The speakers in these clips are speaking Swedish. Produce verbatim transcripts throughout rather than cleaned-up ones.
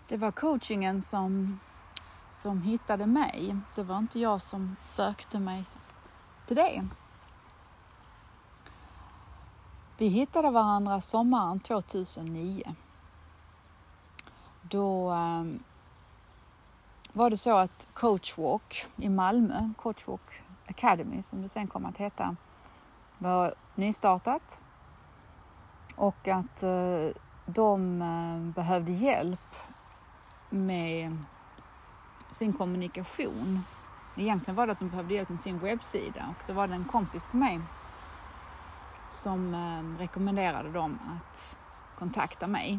det var coachingen som, som hittade mig. Det var inte jag som sökte mig till det. Vi hittade varandra sommaren tjugohundranio. Då eh, var det så att Coachwalk i Malmö, Coachwalk Academy som det sen kom att heta, var nystartat. Och att eh, de eh, behövde hjälp med sin kommunikation. Egentligen var det att de behövde hjälp med sin webbsida. Och då var det en kompis till mig som eh, rekommenderade dem att kontakta mig.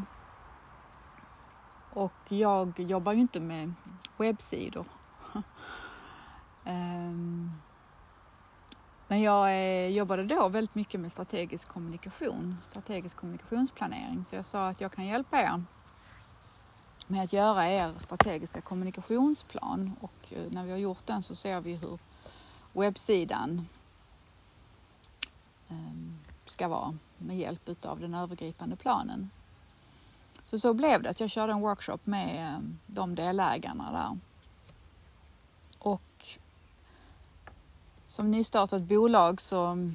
Och jag jobbar ju inte med webbsidor. um, men jag eh, jobbade då väldigt mycket med strategisk kommunikation, strategisk kommunikationsplanering. Så jag sa att jag kan hjälpa er med att göra er strategiska kommunikationsplan. Och eh, när vi har gjort den så ser vi hur webbsidan eh, ska vara med hjälp av den övergripande planen. Så så blev det att jag körde en workshop med de delägarna där. Och som nystartat bolag så,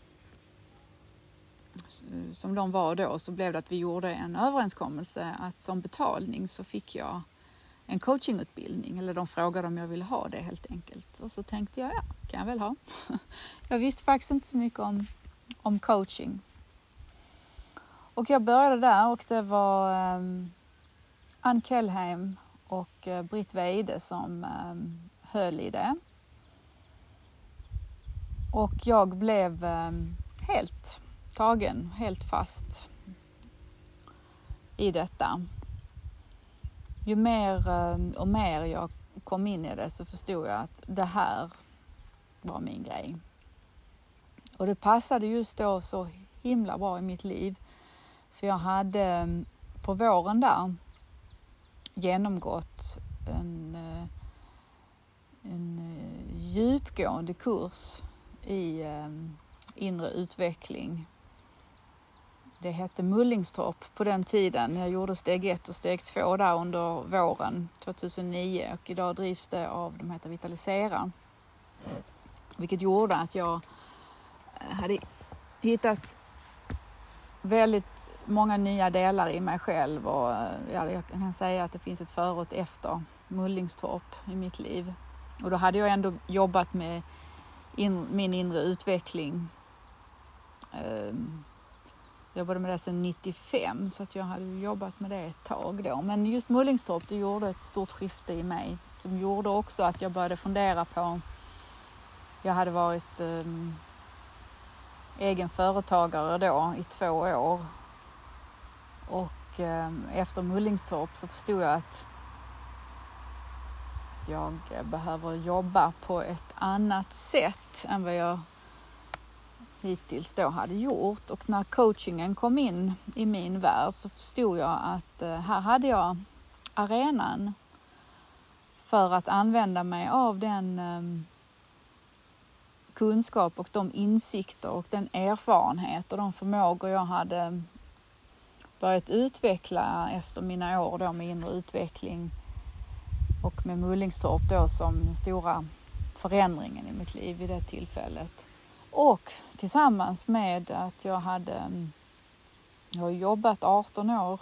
som de var då, så blev det att vi gjorde en överenskommelse att som betalning så fick jag en coachingutbildning. Eller de frågade om jag ville ha det helt enkelt. Och så tänkte jag, ja, kan jag väl ha. Jag visste faktiskt inte så mycket om, om coaching. Och jag började där och det var um, Ann Kellheim och uh, Britt Weide som um, höll i det. Och jag blev um, helt tagen, helt fast i detta. Ju mer um, och mer jag kom in i det så förstod jag att det här var min grej. Och det passade just då så himla bra i mitt liv. För jag hade på våren där genomgått en, en djupgående kurs i inre utveckling. Det hette Mullingstorp på den tiden. Jag gjorde steg ett och steg två där under våren tjugohundranio och idag drivs det av, de heter Vitalisera. Vilket gjorde att jag hade hittat väldigt många nya delar i mig själv och ja, jag kan säga att det finns ett före och ett efter Mullingstorp i mitt liv. Och då hade jag ändå jobbat med in, min inre utveckling. Jag jobbade med det sedan nittiofem så att jag hade jobbat med det ett tag då. Men just Mullingstorp, det gjorde ett stort skifte i mig som gjorde också att jag började fundera på, jag hade varit um, egen företagare då i två år och eh, efter Mullingstorp så förstod jag att, att jag behöver jobba på ett annat sätt än vad jag hittills då hade gjort. Och när coachingen kom in i min värld så förstod jag att eh, här hade jag arenan för att använda mig av den eh, kunskap och de insikter och den erfarenhet och de förmågor jag hade börjat utveckla efter mina år då med inre utveckling och med Mullingstorp då som den stora förändringen i mitt liv vid det tillfället. Och tillsammans med att jag hade jag har jobbat arton år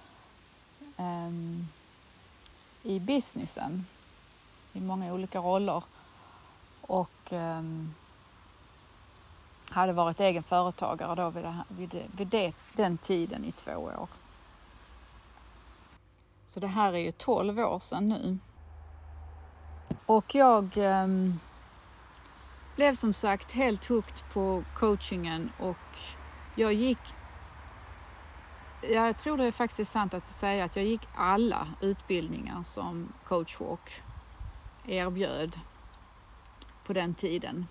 um, i businessen i många olika roller och um, hade varit egen företagare då vid, det här, vid, det, vid det, den tiden i två år. Så det här är ju tolv år sedan nu. Och jag eh, blev som sagt helt hooked på coachingen och jag gick, jag tror det är faktiskt sant att säga att jag gick alla utbildningar som Coachwalk erbjöd på den tiden.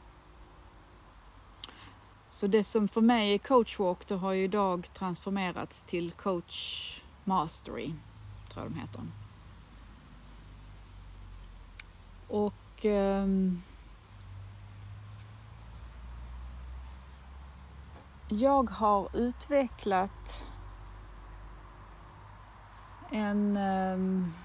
Så det som för mig är Coachwalk, det har ju idag transformerats till Coach Mastery, tror jag de heter. Och eh, jag har utvecklat en um,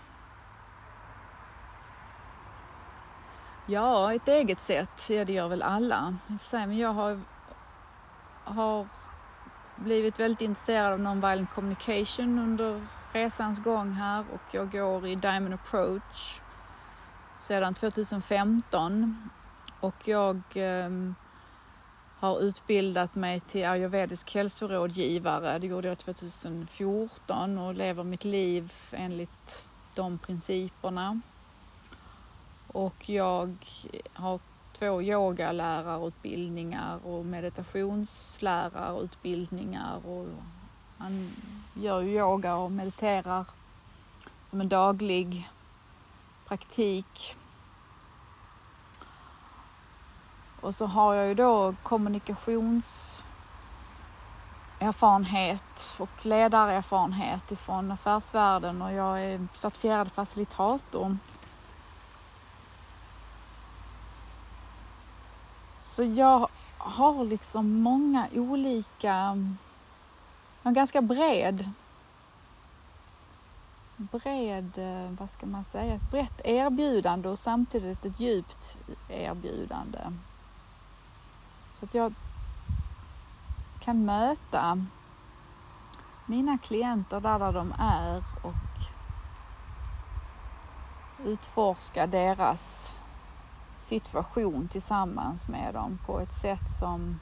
ja, ett eget sätt. Ja, det gör väl alla. Men jag har, har blivit väldigt intresserad av nonviolent communication under resans gång här, och jag går i Diamond Approach sedan tjugohundrafemton, och jag um, har utbildat mig till ayurvedisk hälsorådgivare. Det gjorde jag tjugohundrafjorton och lever mitt liv enligt de principerna. Och jag har två yogalärarutbildningar och meditationslärarutbildningar, och man gör yoga och mediterar som en daglig praktik. Och så har jag ju då kommunikationserfarenhet och ledarerfarenhet ifrån affärsvärlden, och jag är certifierad facilitator. Så jag har liksom många olika, en ganska bred, bred, vad ska man säga, ett brett erbjudande och samtidigt ett djupt erbjudande. Så att jag kan möta mina klienter där, där de är och utforska deras situation tillsammans med dem på ett sätt som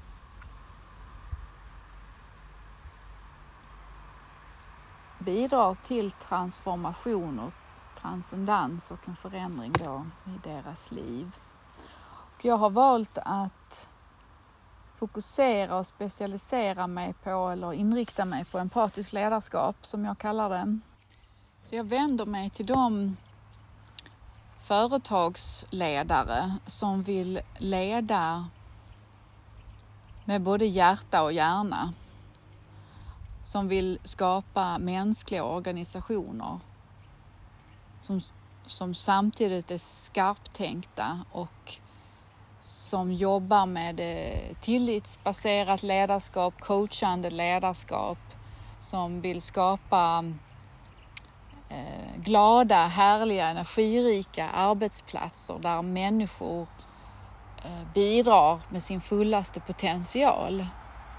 bidrar till transformation och transcendens och en förändring då i deras liv. Och jag har valt att fokusera och specialisera mig på, eller inrikta mig på, empatiskt ledarskap, som jag kallar det. Så jag vänder mig till de företagsledare som vill leda med både hjärta och hjärna, som vill skapa mänskliga organisationer som, som samtidigt är skarptänkta och som jobbar med tillitsbaserat ledarskap, coachande ledarskap, som vill skapa eh, glada, härliga, energirika arbetsplatser där människor eh, bidrar med sin fullaste potential.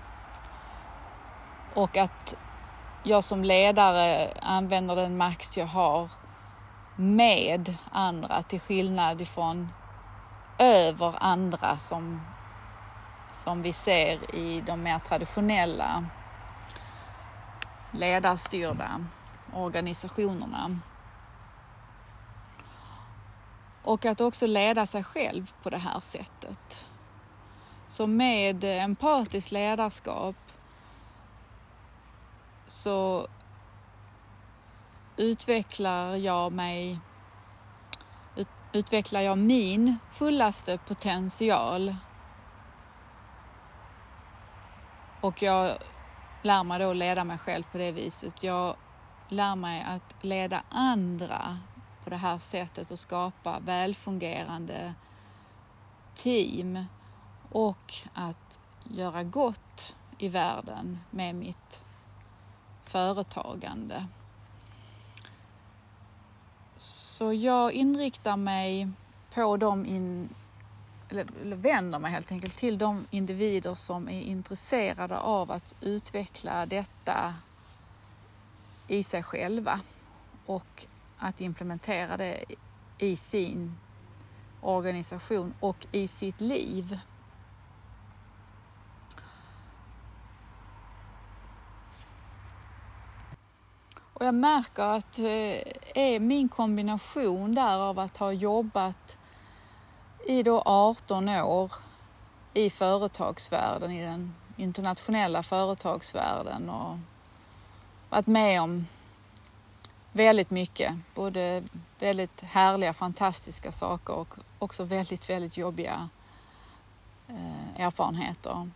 Och att jag som ledare använder den makt jag har med andra, till skillnad ifrån över andra som, som vi ser i de mer traditionella ledarstyrda organisationerna. Och att också leda sig själv på det här sättet. Så med empatiskt ledarskap så utvecklar jag mig ut, utvecklar jag min fullaste potential, och jag lär mig då leda mig själv på det viset. Jag lär mig att leda andra på det här sättet och skapa välfungerande team och att göra gott i världen med mitt företagande. Så jag inriktar mig på de in, eller, eller vänder mig helt enkelt till de individer som är intresserade av att utveckla detta i sig själva och att implementera det i sin organisation och i sitt liv. Och jag märker att är min kombination där av att ha jobbat i då arton år i företagsvärlden, i den internationella företagsvärlden, och varit med om väldigt mycket, både väldigt härliga, fantastiska saker och också väldigt, väldigt jobbiga eh, erfarenheter.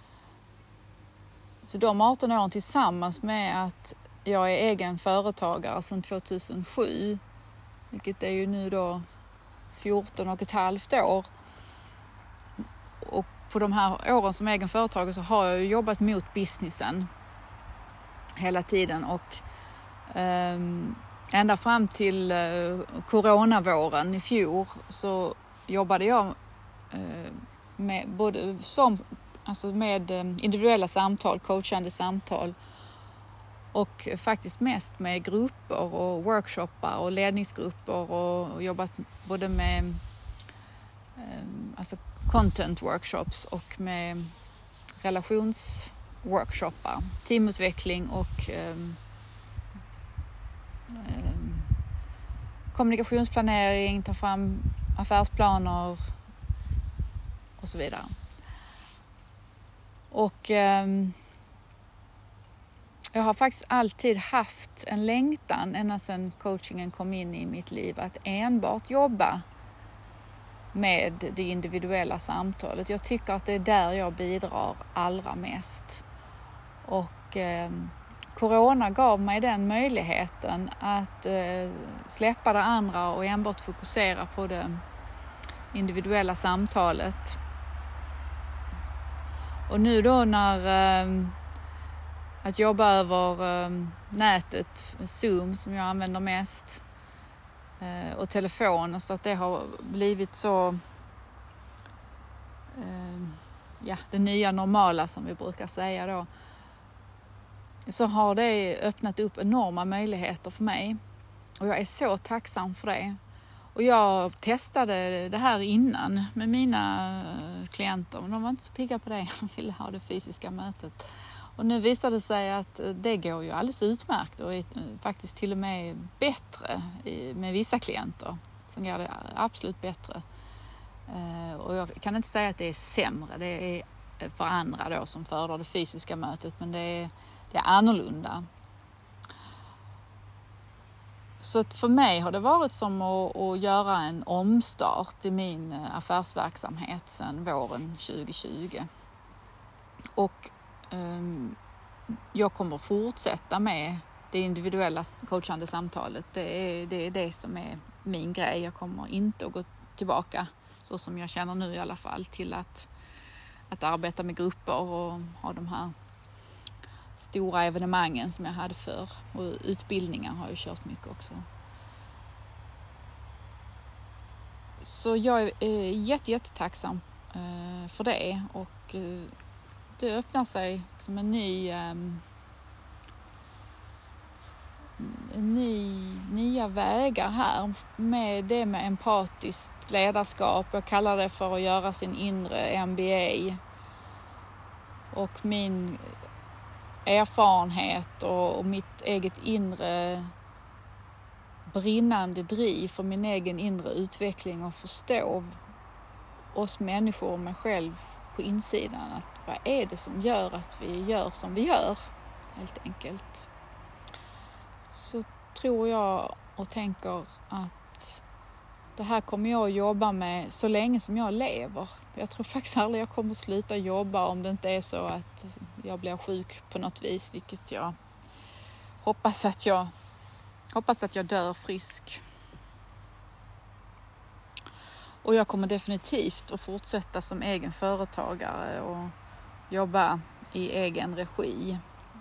Så de arton åren tillsammans med att jag är egen företagare sedan tvåtusensju, vilket är ju nu då fjorton och ett halvt år. Och på de här åren som egen företagare så har jag jobbat mot businessen hela tiden och Um, ända fram till uh, coronavåren i fjol så jobbade jag uh, med både som, alltså med um, individuella samtal, coachande samtal och faktiskt mest med grupper och workshoppar och ledningsgrupper och jobbat både med um, alltså content workshops och med relationsworkshoppar, teamutveckling och um, um, kommunikationsplanering, ta fram affärsplaner och så vidare. Och um, jag har faktiskt alltid haft en längtan ända sedan coachingen kom in i mitt liv att enbart jobba med det individuella samtalet. Jag tycker att det är där jag bidrar allra mest. Och eh, corona gav mig den möjligheten att eh, släppa det andra och enbart fokusera på det individuella samtalet. Och nu då när eh, att jobba över eh, nätet, Zoom som jag använder mest, och telefon, så att det har blivit så eh, ja, det nya normala som vi brukar säga då, så har det öppnat upp enorma möjligheter för mig och jag är så tacksam för det. Och jag testade det här innan med mina klienter, men de var inte så pigga på det, de ville ha det fysiska mötet. Och nu visar det sig att det går ju alldeles utmärkt och är faktiskt till och med bättre med vissa klienter. Fungerar det absolut bättre. Och jag kan inte säga att det är sämre. Det är för andra då som föredrar det fysiska mötet, men det är, det är annorlunda. Så för mig har det varit som att, att göra en omstart i min affärsverksamhet sedan våren tjugo tjugo. Och jag kommer fortsätta med det individuella coachande samtalet. Det är, det är det som är min grej. Jag kommer inte att gå tillbaka, så som jag känner nu i alla fall, till att, att arbeta med grupper och ha de här stora evenemangen som jag hade förr. Och utbildningar har jag kört mycket också. Så jag är jätte, jättetacksam för det, och det öppnar sig som en ny, um, en ny nya vägar här med det med empatiskt ledarskap. Jag kallar det för att göra sin inre M B A. Och min erfarenhet och, och mitt eget inre brinnande driv för min egen inre utveckling och förstå oss människor och mig själv på insidan, att vad är det som gör att vi gör som vi gör, helt enkelt. Så tror jag och tänker att det här kommer jag att jobba med så länge som jag lever. Jag tror faktiskt aldrig jag kommer att sluta jobba om det inte är så att jag blir sjuk på något vis, vilket jag hoppas att jag hoppas att jag dör frisk. Och jag kommer definitivt att fortsätta som egen företagare och jobba i egen regi.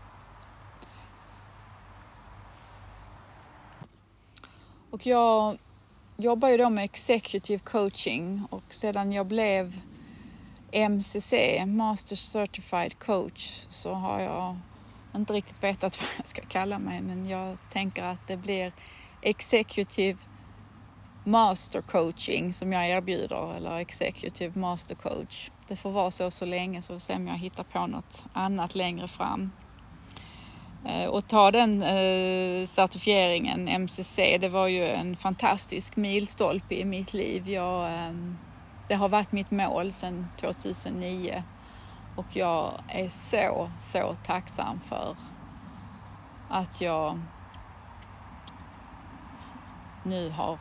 Och jag jobbar ju då med executive coaching, och sedan jag blev M C C, Master Certified Coach, så har jag inte riktigt vetat vad jag ska kalla mig, men jag tänker att det blir Executive Master Coaching som jag erbjuder, eller Executive Master Coach. Det får vara så så länge, så ser jag hittar på något annat längre fram. Eh, och ta den eh, certifieringen M C C, det var ju en fantastisk milstolpe i mitt liv. Jag, eh, det har varit mitt mål sedan tjugohundranio, och jag är så, så tacksam för att jag nu har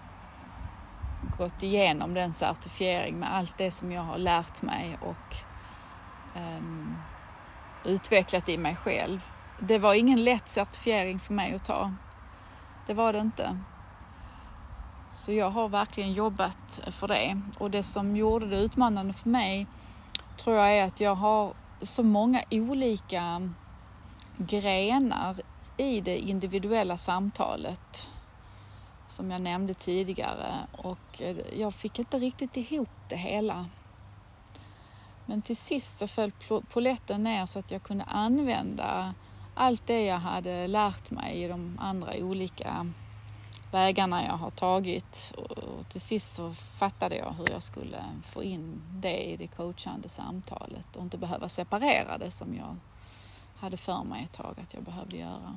gått igenom den certifiering med allt det som jag har lärt mig och um, utvecklat i mig själv. Det var ingen lätt certifiering för mig att ta. Det var det inte. Så jag har verkligen jobbat för det. Och det som gjorde det utmanande för mig tror jag är att jag har så många olika grenar i det individuella samtalet som jag nämnde tidigare, och jag fick inte riktigt ihop det hela. Men till sist så föll polletten ner så att jag kunde använda allt det jag hade lärt mig i de andra olika vägarna jag har tagit. Och till sist så fattade jag hur jag skulle få in det i det coachande samtalet och inte behöva separera det som jag hade för mig ett tag att jag behövde göra.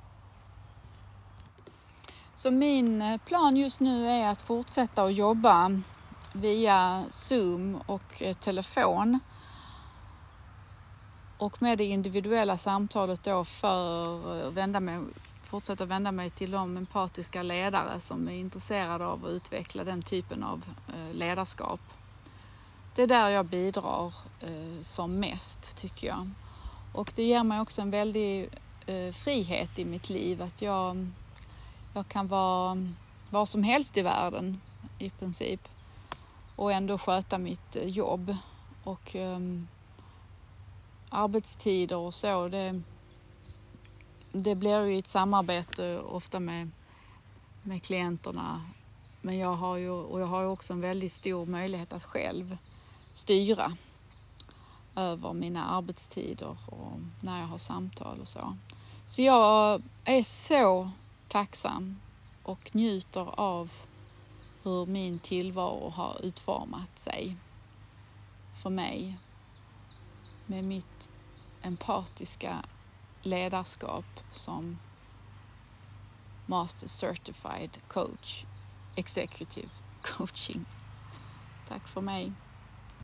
Så min plan just nu är att fortsätta att jobba via Zoom och telefon. Och med det individuella samtalet då för att vända mig, fortsätta vända mig till de empatiska ledare som är intresserade av att utveckla den typen av ledarskap. Det är där jag bidrar eh, som mest, tycker jag. Och det ger mig också en väldig eh, frihet i mitt liv. Att jag, jag kan vara vad som helst i världen i princip. Och ändå sköta mitt jobb. Och eh, arbetstider och så. Det, det blir ju ett samarbete ofta med, med klienterna. Men jag har ju, och jag har ju också en väldigt stor möjlighet att själv styra över mina arbetstider och när jag har samtal och så. Så jag är så tacksam och njuter av hur min tillvaro har utformat sig för mig med mitt empatiska ledarskap som Master Certified Coach, Executive Coaching. Tack för mig.